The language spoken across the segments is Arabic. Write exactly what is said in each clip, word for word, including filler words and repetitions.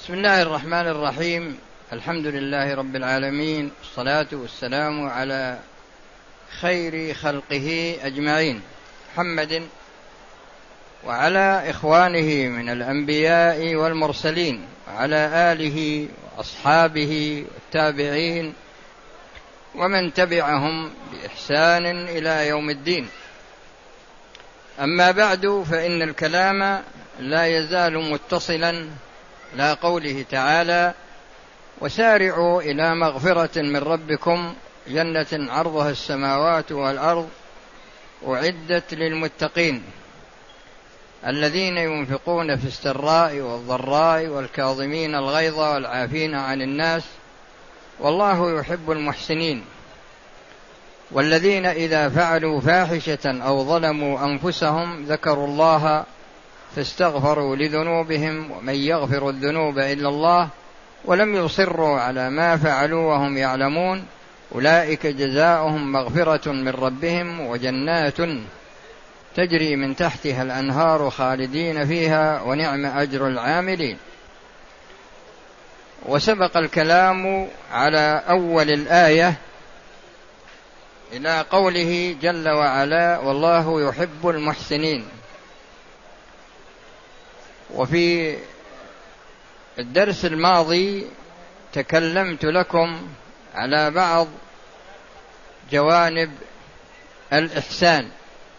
بسم الله الرحمن الرحيم. الحمد لله رب العالمين، والصلاة والسلام على خير خلقه أجمعين، محمد وعلى إخوانه من الأنبياء والمرسلين، وعلى آله وأصحابه والتابعين ومن تبعهم بإحسان إلى يوم الدين. أما بعد، فإن الكلام لا يزال متصلا إلى قوله تعالى: وسارعوا إلى مغفرة من ربكم جنة عرضها السماوات والأرض أعدت للمتقين الذين ينفقون في السراء والضراء والكاظمين الغيظ والعافين عن الناس والله يحب المحسنين والذين إذا فعلوا فاحشة أو ظلموا أنفسهم ذكروا الله فاستغفروا لذنوبهم ومن يغفر الذنوب إلا الله ولم يصروا على ما فعلوا وهم يعلمون أولئك جزاؤهم مغفرة من ربهم وجنات تجري من تحتها الأنهار خالدين فيها ونعم أجر العاملين. وسبق الكلام على أول الآية إلى قوله جل وعلا: والله يحب المحسنين. وفي الدرس الماضي تكلمت لكم على بعض جوانب الإحسان،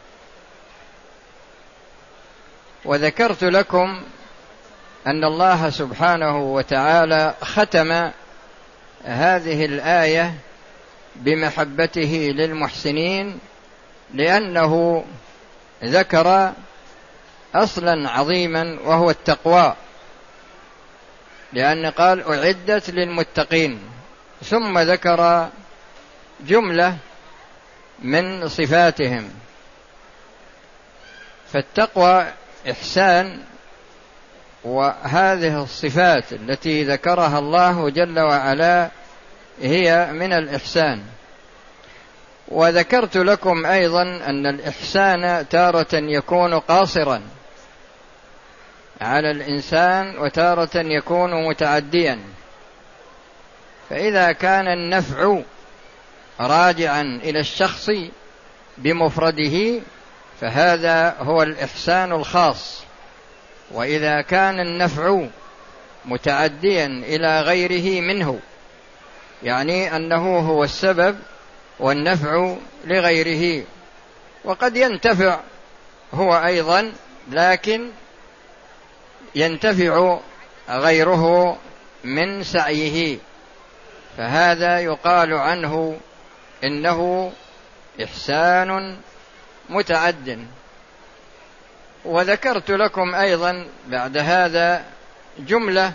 وذكرت لكم أن الله سبحانه وتعالى ختم هذه الآية بمحبته للمحسنين، لأنه ذكر أصلا عظيما وهو التقوى، لأن قال أعدت للمتقين، ثم ذكر جملة من صفاتهم. فالتقوى إحسان، وهذه الصفات التي ذكرها الله جل وعلا هي من الإحسان. وذكرت لكم أيضا أن الإحسان تارة يكون قاصرا على الإنسان وتارة يكون متعديا، فإذا كان النفع راجعا إلى الشخص بمفرده فهذا هو الإحسان الخاص، وإذا كان النفع متعديا إلى غيره منه، يعني أنه هو السبب والنفع لغيره، وقد ينتفع هو أيضا لكن ينتفع غيره من سعيه، فهذا يقال عنه إنه إحسان متعد. وذكرت لكم أيضا بعد هذا جملة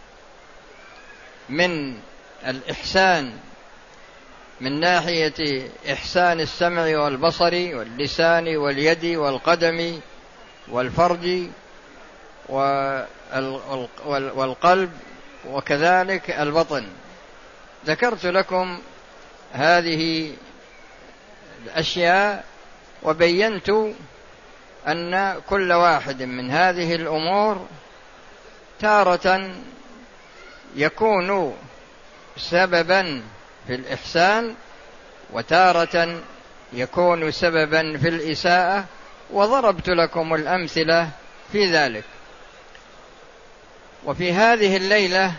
من الإحسان من ناحية إحسان السمع والبصر واللسان واليد والقدم والفرج والقلب وكذلك البطن. ذكرت لكم هذه الأشياء وبينت أن كل واحد من هذه الأمور تارة يكون سببا في الإحسان وتارة يكون سببا في الإساءة، وضربت لكم الأمثلة في ذلك. وفي هذه الليلة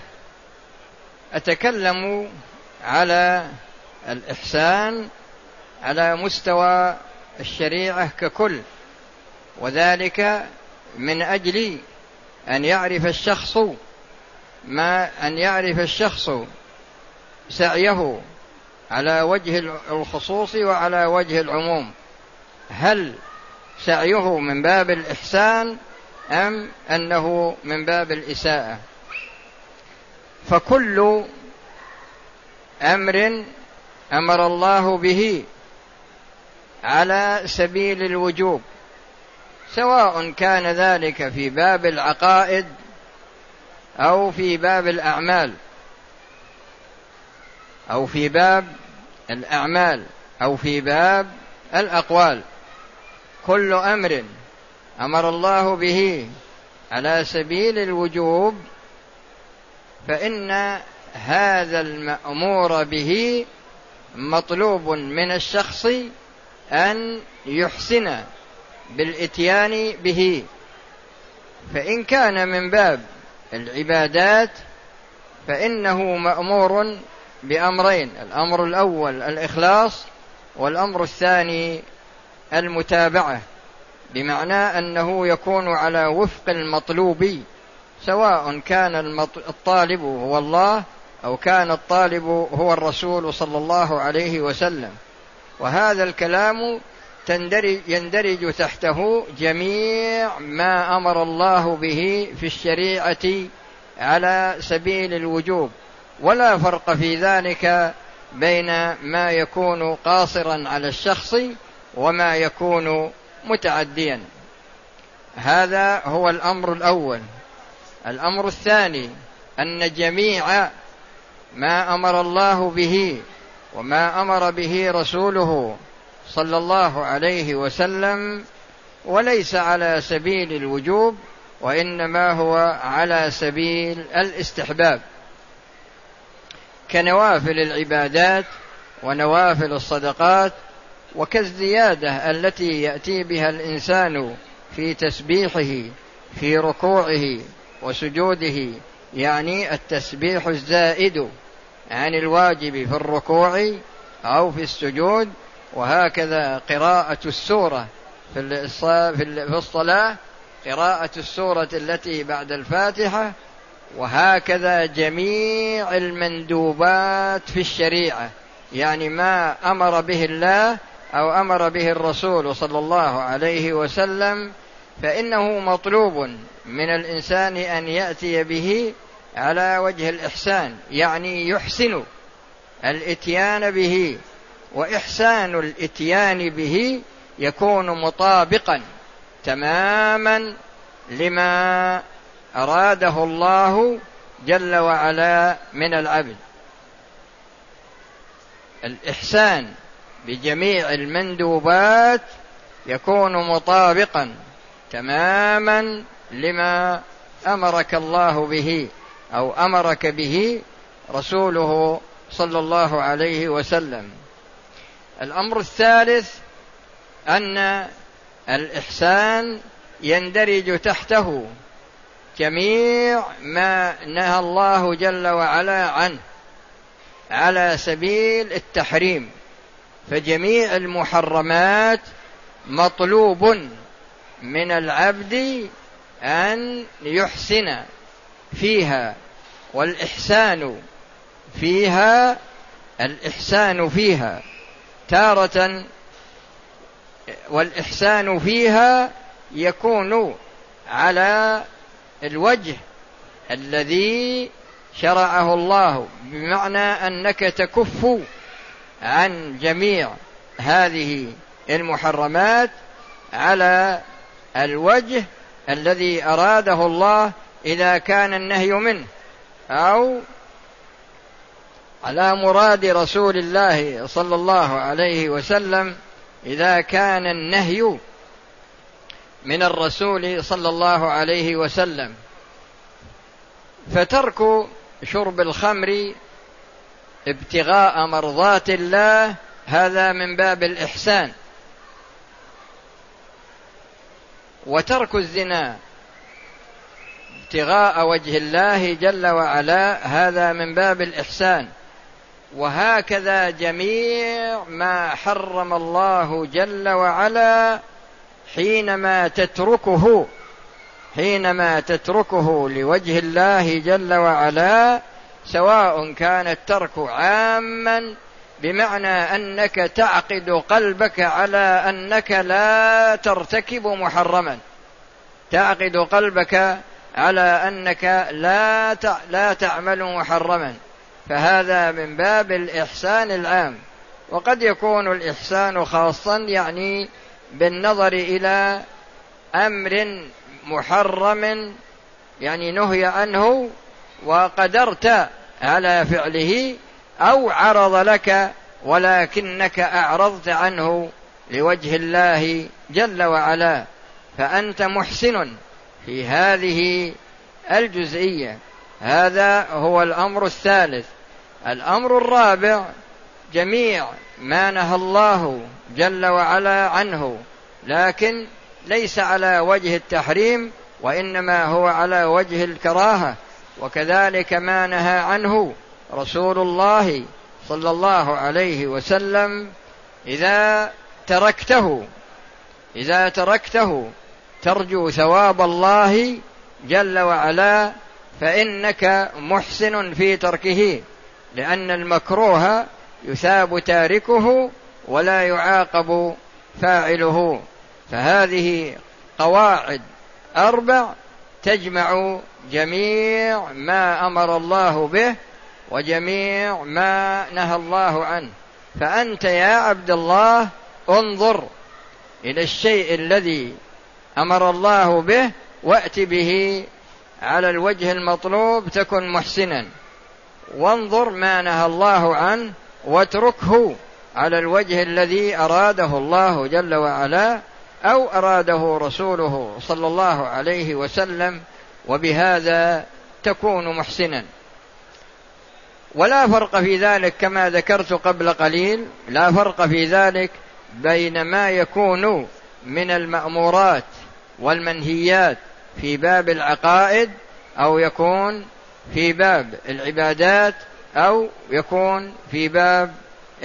أتكلم على الإحسان على مستوى الشريعة ككل، وذلك من أجل أن يعرف الشخص ما أن يعرف الشخص سعيه على وجه الخصوص وعلى وجه العموم، هل سعيه من باب الإحسان أم أنه من باب الإساءة. فكل أمر أمر الله به على سبيل الوجوب، سواء كان ذلك في باب العقائد أو في باب الأعمال أو في باب الأعمال أو في باب الأقوال، كل أمر أمر الله به على سبيل الوجوب فإن هذا المأمور به مطلوب من الشخص أن يحسن بالإتيان به. فإن كان من باب العبادات فإنه مأمور بأمرين: الأمر الأول الإخلاص، والأمر الثاني المتابعة، بمعنى أنه يكون على وفق المطلوب، سواء كان الطالب هو الله أو كان الطالب هو الرسول صلى الله عليه وسلم. وهذا الكلام يندرج تحته جميع ما أمر الله به في الشريعة على سبيل الوجوب، ولا فرق في ذلك بين ما يكون قاصرا على الشخص وما يكون متعديا. هذا هو الأمر الأول. الأمر الثاني أن جميع ما أمر الله به وما أمر به رسوله صلى الله عليه وسلم وليس على سبيل الوجوب، وإنما هو على سبيل الاستحباب، كنوافل العبادات ونوافل الصدقات، وكالزيادة التي يأتي بها الإنسان في تسبيحه في ركوعه وسجوده، يعني التسبيح الزائد عن الواجب في الركوع أو في السجود. وهكذا قراءة السورة في الصلاة، قراءة السورة التي بعد الفاتحة، وهكذا جميع المندوبات في الشريعة، يعني ما أمر به الله أو أمر به الرسول صلى الله عليه وسلم، فإنه مطلوب من الإنسان أن يأتي به على وجه الإحسان، يعني يحسن الإتيان به. وإحسان الإتيان به يكون مطابقا تماما لما أراده الله جل وعلا من العبد. الإحسان بجميع المندوبات يكون مطابقا تماما لما أمرك الله به أو أمرك به رسوله صلى الله عليه وسلم. الأمر الثالث أن الإحسان يندرج تحته جميع ما نهى الله جل وعلا عنه على سبيل التحريم، فجميع المحرمات مطلوب من العبد أن يحسن فيها. والإحسان فيها الإحسان فيها تارة والإحسان فيها يكون على الوجه الذي شرعه الله، بمعنى أنك تكف عن جميع هذه المحرمات على الوجه الذي أراده الله إذا كان النهي منه، أو على مراد رسول الله صلى الله عليه وسلم إذا كان النهي من الرسول صلى الله عليه وسلم. فترك شرب الخمر ابتغاء مرضات الله هذا من باب الإحسان، وترك الزنا ابتغاء وجه الله جل وعلا هذا من باب الإحسان. وهكذا جميع ما حرم الله جل وعلا حينما تتركه حينما تتركه لوجه الله جل وعلا، سواء كان الترك عاما بمعنى أنك تعقد قلبك على أنك لا ترتكب محرما، تعقد قلبك على أنك لا لا تعمل محرما، فهذا من باب الإحسان العام. وقد يكون الإحسان خاصا، يعني بالنظر إلى أمر محرم يعني نهي عنه وقدرت على فعله، أو عرض لك ولكنك أعرضت عنه لوجه الله جل وعلا، فأنت محسن في هذه الجزئية. هذا هو الأمر الثالث. الأمر الرابع جميع ما نهى الله جل وعلا عنه، لكن ليس على وجه التحريم وإنما هو على وجه الكراهة، وكذلك ما نهى عنه رسول الله صلى الله عليه وسلم إذا تركته إذا تركته ترجو ثواب الله جل وعلا فإنك محسن في تركه، لأن المكروه يثاب تاركه ولا يعاقب فاعله. فهذه قواعد أربع تجمع جميع ما أمر الله به وجميع ما نهى الله عنه. فأنت يا عبد الله انظر إلى الشيء الذي أمر الله به وأت به على الوجه المطلوب تكن محسنا، وانظر ما نهى الله عنه واتركه على الوجه الذي أراده الله جل وعلا أو أراده رسوله صلى الله عليه وسلم، وبهذا تكون محسنا. ولا فرق في ذلك كما ذكرت قبل قليل، لا فرق في ذلك بين ما يكون من المأمورات والمنهيات في باب العقائد أو يكون في باب العبادات أو يكون في باب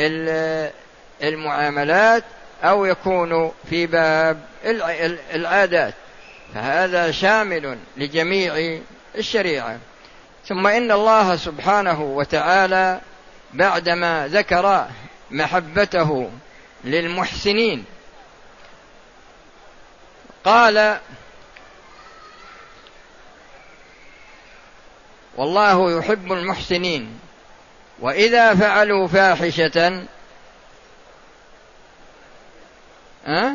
المعاملات أو يكون في باب العادات، فهذا شامل لجميع الشريعة. ثم إن الله سبحانه وتعالى بعدما ذكر محبته للمحسنين قال: والله يحب المحسنين وإذا فعلوا فاحشة أه؟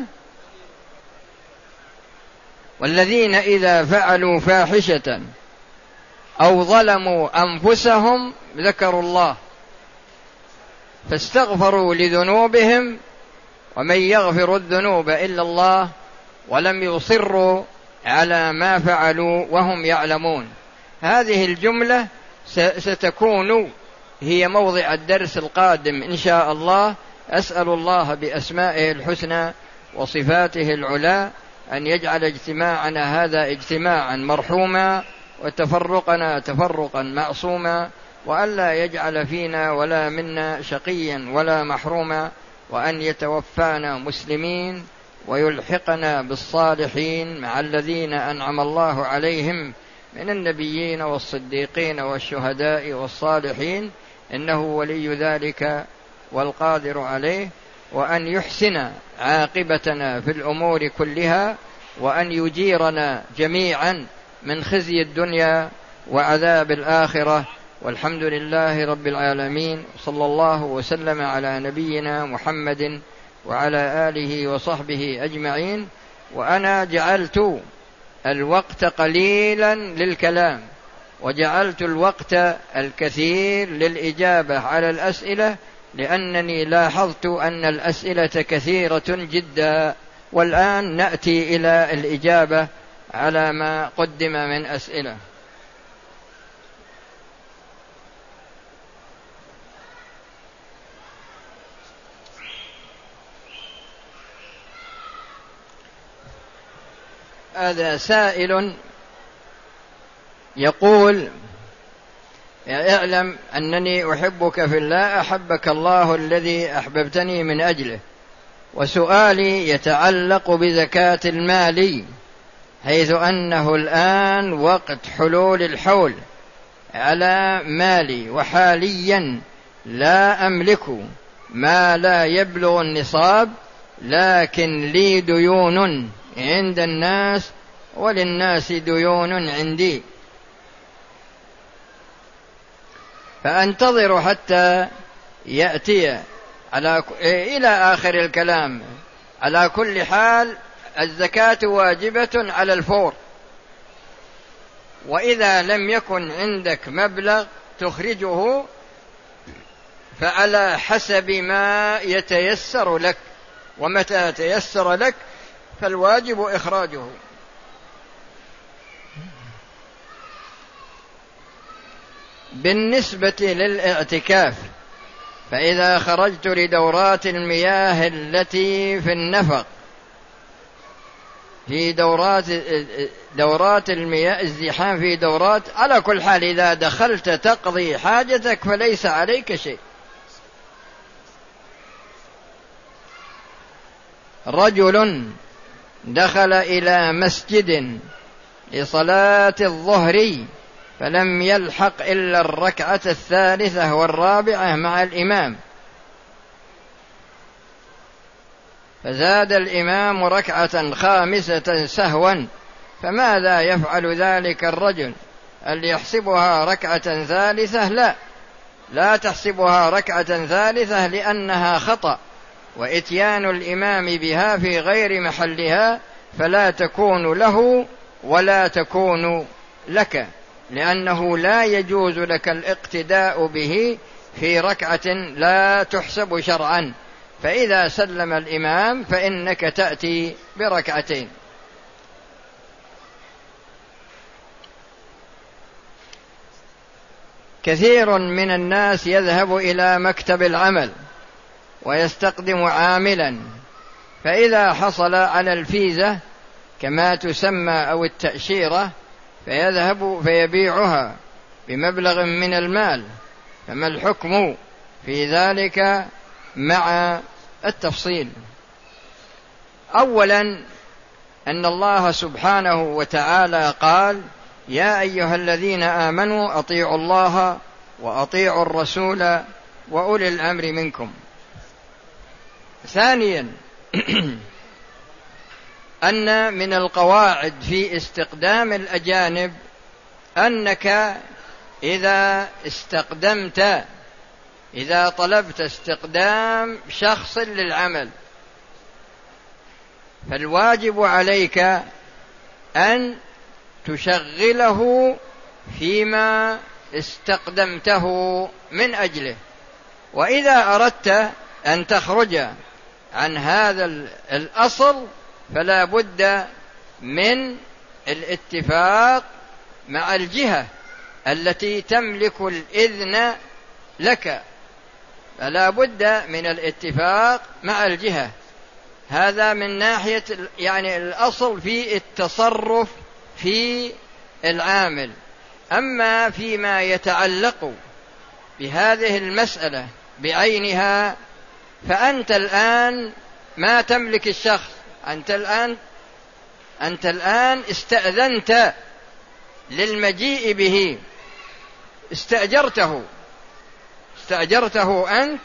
والذين إذا فعلوا فاحشة أو ظلموا أنفسهم ذكروا الله فاستغفروا لذنوبهم ومن يغفر الذنوب إلا الله ولم يصروا على ما فعلوا وهم يعلمون. هذه الجملة ستكون هي موضع الدرس القادم إن شاء الله. أسأل الله بأسمائه الحسنى وصفاته العلى أن يجعل اجتماعنا هذا اجتماعا مرحوما وتفرقنا تفرقا معصوما، وأن لا يجعل فينا ولا منا شقيا ولا محروما، وأن يتوفانا مسلمين ويلحقنا بالصالحين مع الذين أنعم الله عليهم من النبيين والصديقين والشهداء والصالحين، إنه ولي ذلك والقادر عليه. وأن يحسن عاقبتنا في الأمور كلها، وأن يجيرنا جميعا من خزي الدنيا وعذاب الآخرة. والحمد لله رب العالمين، صلى الله وسلم على نبينا محمد وعلى آله وصحبه أجمعين. وأنا جعلت الوقت قليلا للكلام وجعلت الوقت الكثير للإجابة على الأسئلة، لأنني لاحظت أن الأسئلة كثيرة جدا. والآن نأتي إلى الإجابة على ما قدم من أسئلة. هذا سائل يقول: اعلم أنني أحبك في الله أحبك الله الذي أحببتني من أجله، وسؤالي يتعلق بزكاة المال، حيث أنه الآن وقت حلول الحول على مالي، وحاليا لا أملك ما لا يبلغ النصاب، لكن لي ديون عند الناس وللناس ديون عندي، فأنتظر حتى يأتي على إلى آخر الكلام. على كل حال الزكاة واجبة على الفور، وإذا لم يكن عندك مبلغ تخرجه فعلى حسب ما يتيسر لك، ومتى تيسر لك فالواجب إخراجه. بالنسبة للاعتكاف، فإذا خرجت لدورات المياه التي في النفق، في دورات دورات المياه الزحام، في دورات، على كل حال إذا دخلت تقضي حاجتك فليس عليك شيء. رجل دخل إلى مسجد لصلاة الظهر فلم يلحق إلا الركعة الثالثة والرابعة مع الإمام، فزاد الإمام ركعة خامسة سهوا، فماذا يفعل ذلك الرجل؟ هل يحسبها ركعة ثالثة؟ لا، لا تحسبها ركعة ثالثة لأنها خطأ، وإتيان الإمام بها في غير محلها فلا تكون له ولا تكون لك، لأنه لا يجوز لك الاقتداء به في ركعة لا تحسب شرعا، فإذا سلم الإمام فإنك تأتي بركعتين. كثير من الناس يذهب إلى مكتب العمل ويستقدم عاملا، فإذا حصل على الفيزة كما تسمى أو التأشيرة فيذهب فيبيعها بمبلغ من المال، فما الحكم في ذلك مع التفصيل؟ أولا أن الله سبحانه وتعالى قال: يا أيها الذين آمنوا أطيعوا الله وأطيعوا الرسول وأولي الأمر منكم. ثانيا أن من القواعد في استقدام الأجانب أنك إذا استقدمت إذا طلبت استقدام شخص للعمل فالواجب عليك أن تشغله فيما استقدمته من أجله، وإذا أردت أن تخرج عن هذا الأصل فلا بد من الاتفاق مع الجهة التي تملك الإذن لك، فلا بد من الاتفاق مع الجهة. هذا من ناحية يعني الأصل في التصرف في العامل. أما فيما يتعلق بهذه المسألة بعينها فأنت الآن ما تملك الشخص، أنت الآن أنت الآن استأذنت للمجيء به، استأجرته استأجرته أنت،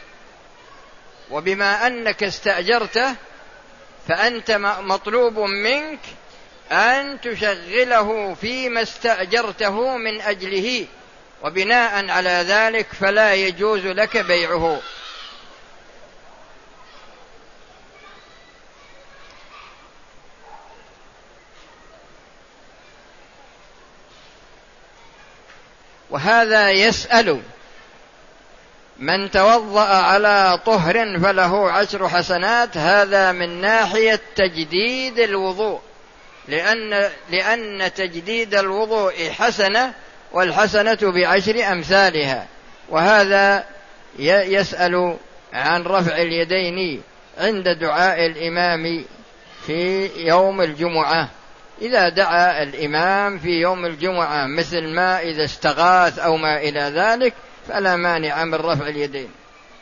وبما أنك استأجرته فأنت مطلوب منك أن تشغله فيما استأجرته من أجله، وبناء على ذلك فلا يجوز لك بيعه. وهذا يسأل: من توضأ على طهر فله عشر حسنات، هذا من ناحية تجديد الوضوء، لأن, لأن تجديد الوضوء حسنة، والحسنة بعشر أمثالها. وهذا يسأل عن رفع اليدين عند دعاء الإمام في يوم الجمعة، إذا دعا الإمام في يوم الجمعة مثل ما إذا استغاث أو ما إلى ذلك فلا مانع من رفع اليدين.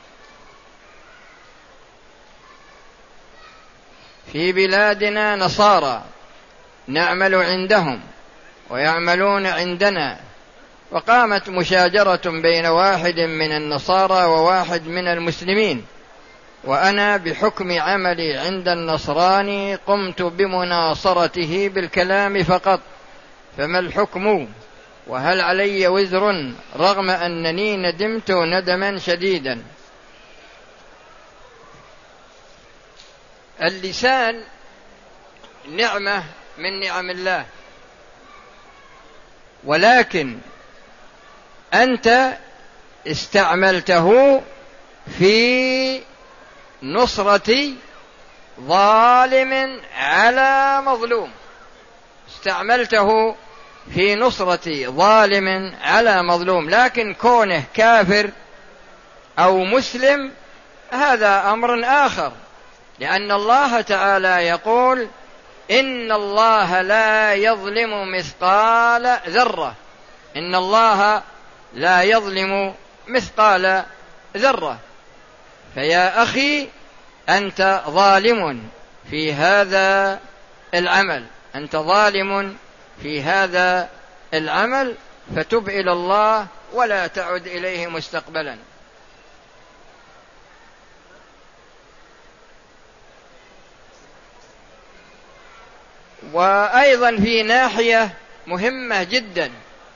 في بلادنا نصارى نعمل عندهم ويعملون عندنا، وقامت مشاجرة بين واحد من النصارى وواحد من المسلمين، وأنا بحكم عملي عند النصراني قمت بمناصرته بالكلام فقط، فما الحكم؟ وهل علي وزر رغم أنني ندمت ندما شديدا؟ اللسان نعمة من نعم الله، ولكن أنت استعملته في نصرة ظالم على مظلوم، استعملته في نصرة ظالم على مظلوم، لكن كونه كافر أو مسلم هذا أمر آخر، لأن الله تعالى يقول إن الله لا يظلم مثقال ذرة، إن الله لا يظلم مثقال ذرة. فيا أخي أنت ظالم في هذا العمل، أنت ظالم في هذا العمل، فتب إلى الله ولا تعد إليه مستقبلا. وأيضا في ناحية مهمة جدا،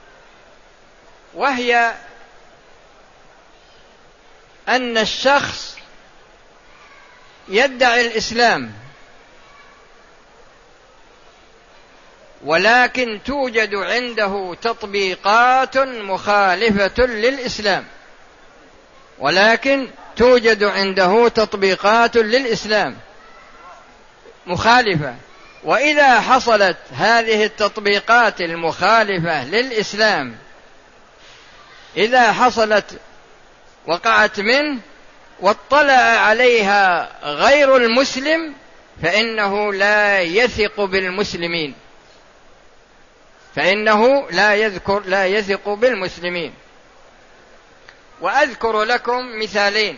وهي أن الشخص يدعي الإسلام ولكن توجد عنده تطبيقات مخالفة للإسلام، ولكن توجد عنده تطبيقات للإسلام مخالفة. وإذا حصلت هذه التطبيقات المخالفة للإسلام، إذا حصلت وقعت منه واطلع عليها غير المسلم، فإنه لا يثق بالمسلمين، فإنه لا يذكر لا يثق بالمسلمين. وأذكر لكم مثالين.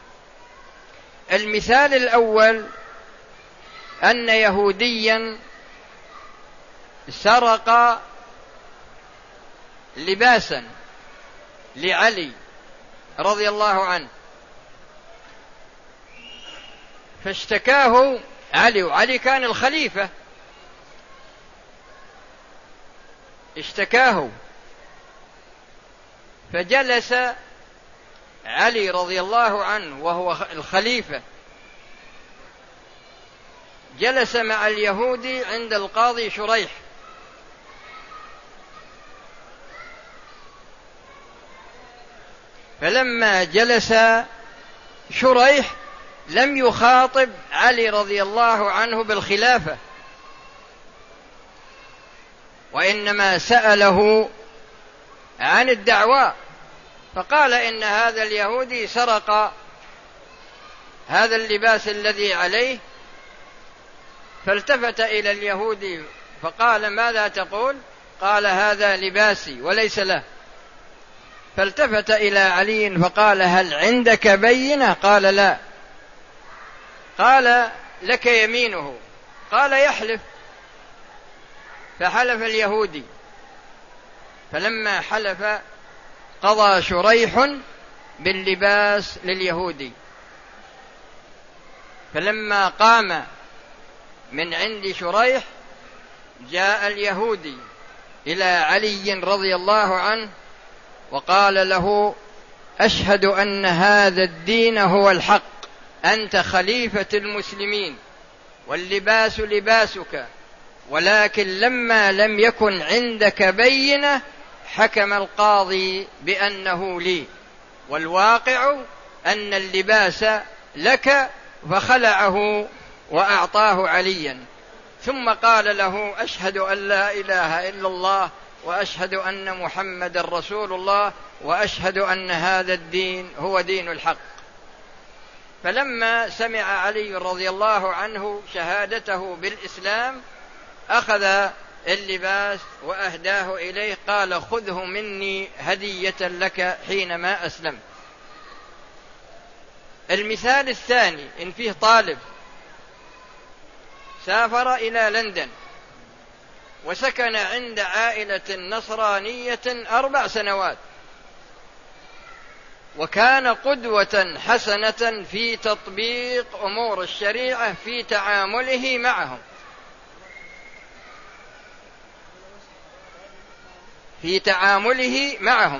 المثال الأول أن يهوديا سرق لباسا لعلي رضي الله عنه، فاشتكاه علي، وعلي كان الخليفة، اشتكاه، فجلس علي رضي الله عنه وهو الخليفة، جلس مع اليهودي عند القاضي شريح، فلما جلس شريح لم يخاطب علي رضي الله عنه بالخلافة، وإنما سأله عن الدعوى، فقال إن هذا اليهودي سرق هذا اللباس الذي عليه، فالتفت إلى اليهودي فقال ماذا تقول؟ قال هذا لباسي وليس له. فالتفت إلى علي فقال هل عندك بينة؟ قال لا. قال لك يمينه؟ قال يحلف. فحلف اليهودي، فلما حلف قضى شريح باللباس لليهودي، فلما قام من عند شريح جاء اليهودي إلى علي رضي الله عنه وقال له أشهد أن هذا الدين هو الحق، أنت خليفة المسلمين واللباس لباسك، ولكن لما لم يكن عندك بينة حكم القاضي بأنه لي، والواقع أن اللباس لك، فخلعه وأعطاه عليا، ثم قال له أشهد أن لا إله إلا الله وأشهد أن محمد رسول الله وأشهد أن هذا الدين هو دين الحق. فلما سمع علي رضي الله عنه شهادته بالإسلام أخذ اللباس وأهداه إليه، قال خذه مني هدية لك حينما أسلمت. المثال الثاني إن فيه طالب سافر إلى لندن وسكن عند عائلة نصرانية أربع سنوات، وكان قدوة حسنة في تطبيق أمور الشريعة في تعامله معهم في تعامله معهم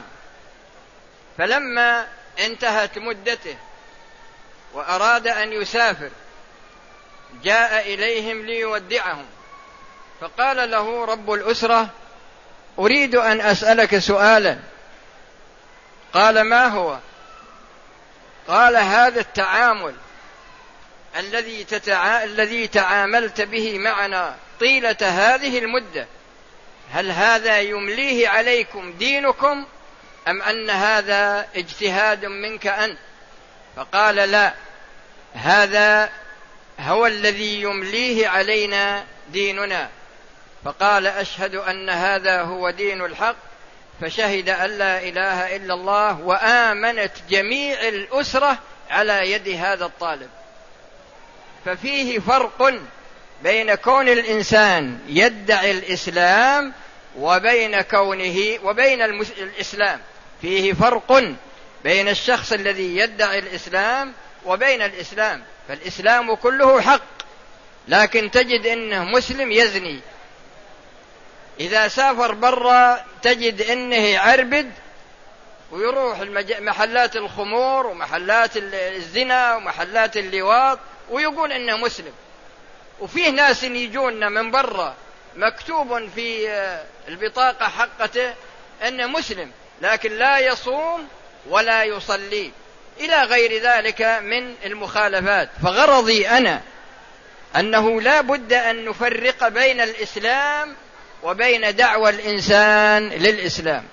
فلما انتهت مدته وأراد أن يسافر جاء إليهم ليودعهم، فقال له رب الأسرة أريد أن أسألك سؤالا. قال ما هو؟ قال هذا التعامل الذي تتع... الذي تعاملت به معنا طيلة هذه المدة، هل هذا يمليه عليكم دينكم أم أن هذا اجتهاد منك أنت؟ فقال لا، هذا هو الذي يمليه علينا ديننا. فقال أشهد أن هذا هو دين الحق، فشهد أن لا إله إلا الله، وآمنت جميع الأسرة على يد هذا الطالب. ففيه فرق بين كون الإنسان يدعي الإسلام وبين كونه وبين الإسلام. فيه فرق بين الشخص الذي يدعي الإسلام وبين الإسلام. فالإسلام كله حق، لكن تجد إنه مسلم يزني، إذا سافر برا تجد إنه عربد ويروح محلات الخمور ومحلات الزنا ومحلات اللواط ويقول إنه مسلم. وفيه ناس يجون من برا مكتوب في البطاقة حقته أنه مسلم، لكن لا يصوم ولا يصلي إلى غير ذلك من المخالفات. فغرضي أنا أنه لا بد أن نفرق بين الإسلام وبين دعوى الإنسان للإسلام.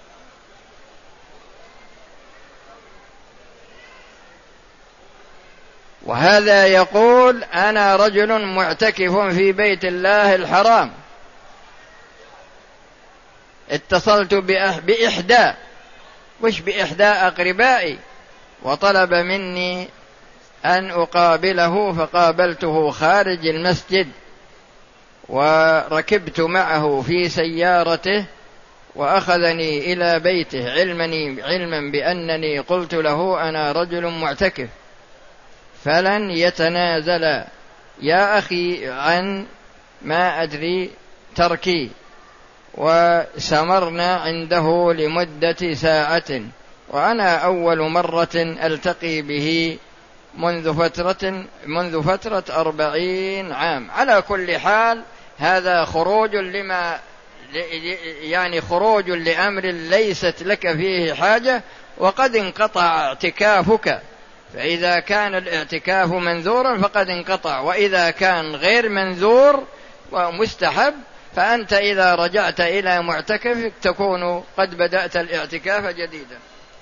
وهذا يقول أنا رجل معتكف في بيت الله الحرام، اتصلت بإحدى وش بإحدى أقربائي وطلب مني أن أقابله، فقابلته خارج المسجد وركبت معه في سيارته وأخذني إلى بيته علمني علما بأنني قلت له أنا رجل معتكف، فلن يتنازل يا أخي عن ما أدري تركي. وسمرنا عنده لمدة ساعة، وأنا أول مرة ألتقي به منذ فترة منذ فترة أربعين عام. على كل حال هذا خروج لما يعني خروج لأمر ليست لك فيه حاجة، وقد انقطع اعتكافك. فإذا كان الاعتكاف منذورا فقد انقطع، وإذا كان غير منذور ومستحب فأنت إذا رجعت إلى معتكفك تكون قد بدأت الاعتكاف جديدا.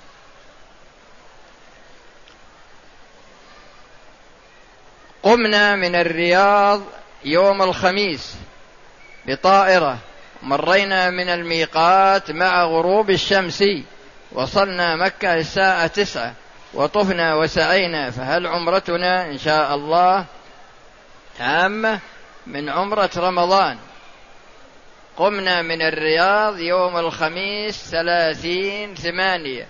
قمنا من الرياض يوم الخميس بطائرة، مرينا من الميقات مع غروب الشمس، وصلنا مكة الساعة تسعة، وطفنا وسعينا. فهل عمرتنا إن شاء الله عامة من عمرة رمضان. قمنا من الرياض يوم الخميس ثلاثين ثمانية.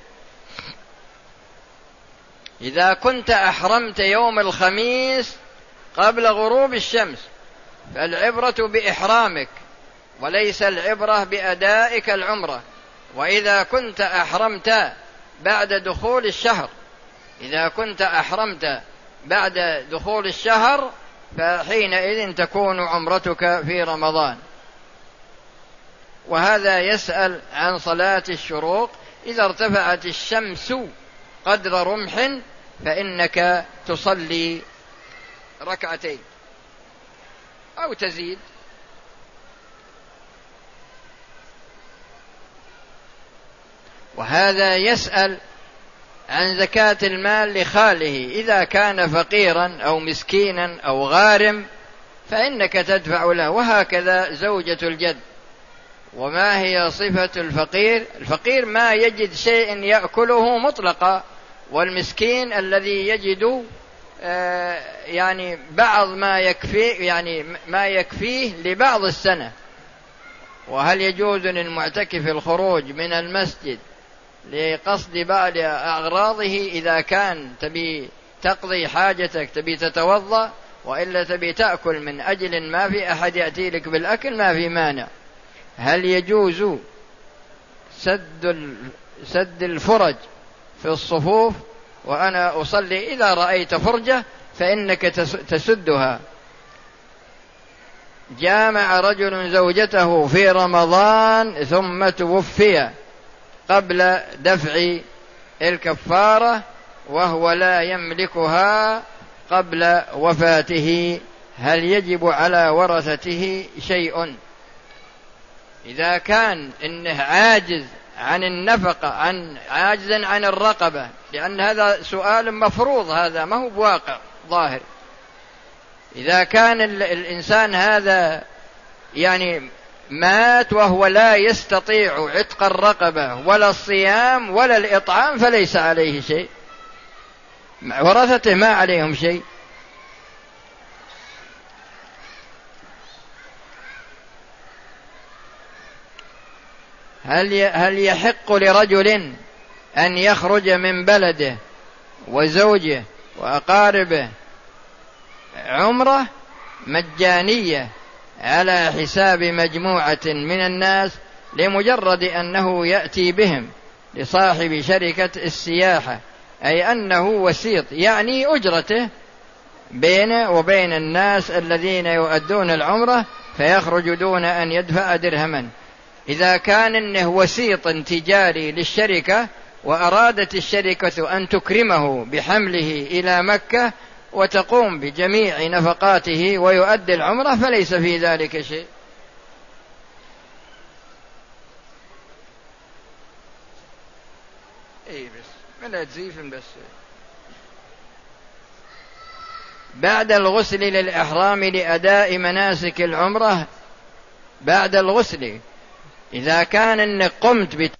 إذا كنت أحرمت يوم الخميس قبل غروب الشمس فالعبرة بإحرامك وليس العبرة بأدائك العمرة. وإذا كنت أحرمت بعد دخول الشهر إذا كنت أحرمت بعد دخول الشهر فحينئذ تكون عمرتك في رمضان. وهذا يسأل عن صلاة الشروق. إذا ارتفعت الشمس قدر رمح فإنك تصلي ركعتين أو تزيد. وهذا يسأل عن زكاة المال لخاله، إذا كان فقيرا أو مسكينا أو غارم فإنك تدفع له، وهكذا زوجة الجد. وما هي صفة الفقير؟ الفقير ما يجد شيء يأكله مطلقا، والمسكين الذي يجد آه يعني بعض ما يكفي يعني ما يكفيه لبعض السنة. وهل يجوز للمعتكف الخروج من المسجد لقصد بعض أغراضه؟ إذا كان تبي تقضي حاجتك تبي تتوضأ وإلا تبي تأكل من أجل ما في أحد يأتي لك بالأكل ما في مانع. هل يجوز سد سد الفرج في الصفوف وأنا أصلي؟ إذا رأيت فرجة فإنك تسدها. جامع رجل زوجته في رمضان ثم توفي قبل دفع الكفارة وهو لا يملكها قبل وفاته، هل يجب على ورثته شيء؟ إذا كان إنه عاجز عن النفقة، عن عاجزا عن الرقبة، لأن هذا سؤال مفروض، هذا ما هو بواقع ظاهر. إذا كان الإنسان هذا يعني مات وهو لا يستطيع عتق الرقبة ولا الصيام ولا الإطعام فليس عليه شيء، ورثته ما عليهم شيء. هل هل يحق لرجل أن يخرج من بلده وزوجه وأقاربه عمرة مجانية على حساب مجموعة من الناس لمجرد أنه يأتي بهم لصاحب شركة السياحة، أي أنه وسيط، يعني أجرته بينه وبين الناس الذين يؤدون العمرة، فيخرج دون أن يدفع درهما. إذا كان إنه وسيط تجاري للشركة وأرادت الشركة أن تكرمه بحمله إلى مكة وتقوم بجميع نفقاته ويؤدي العمرة فليس في ذلك شيء. إيه بس ولا تزيف بس. بعد الغسل للإحرام لأداء مناسك العمرة، بعد الغسل إذا كان إنك قمت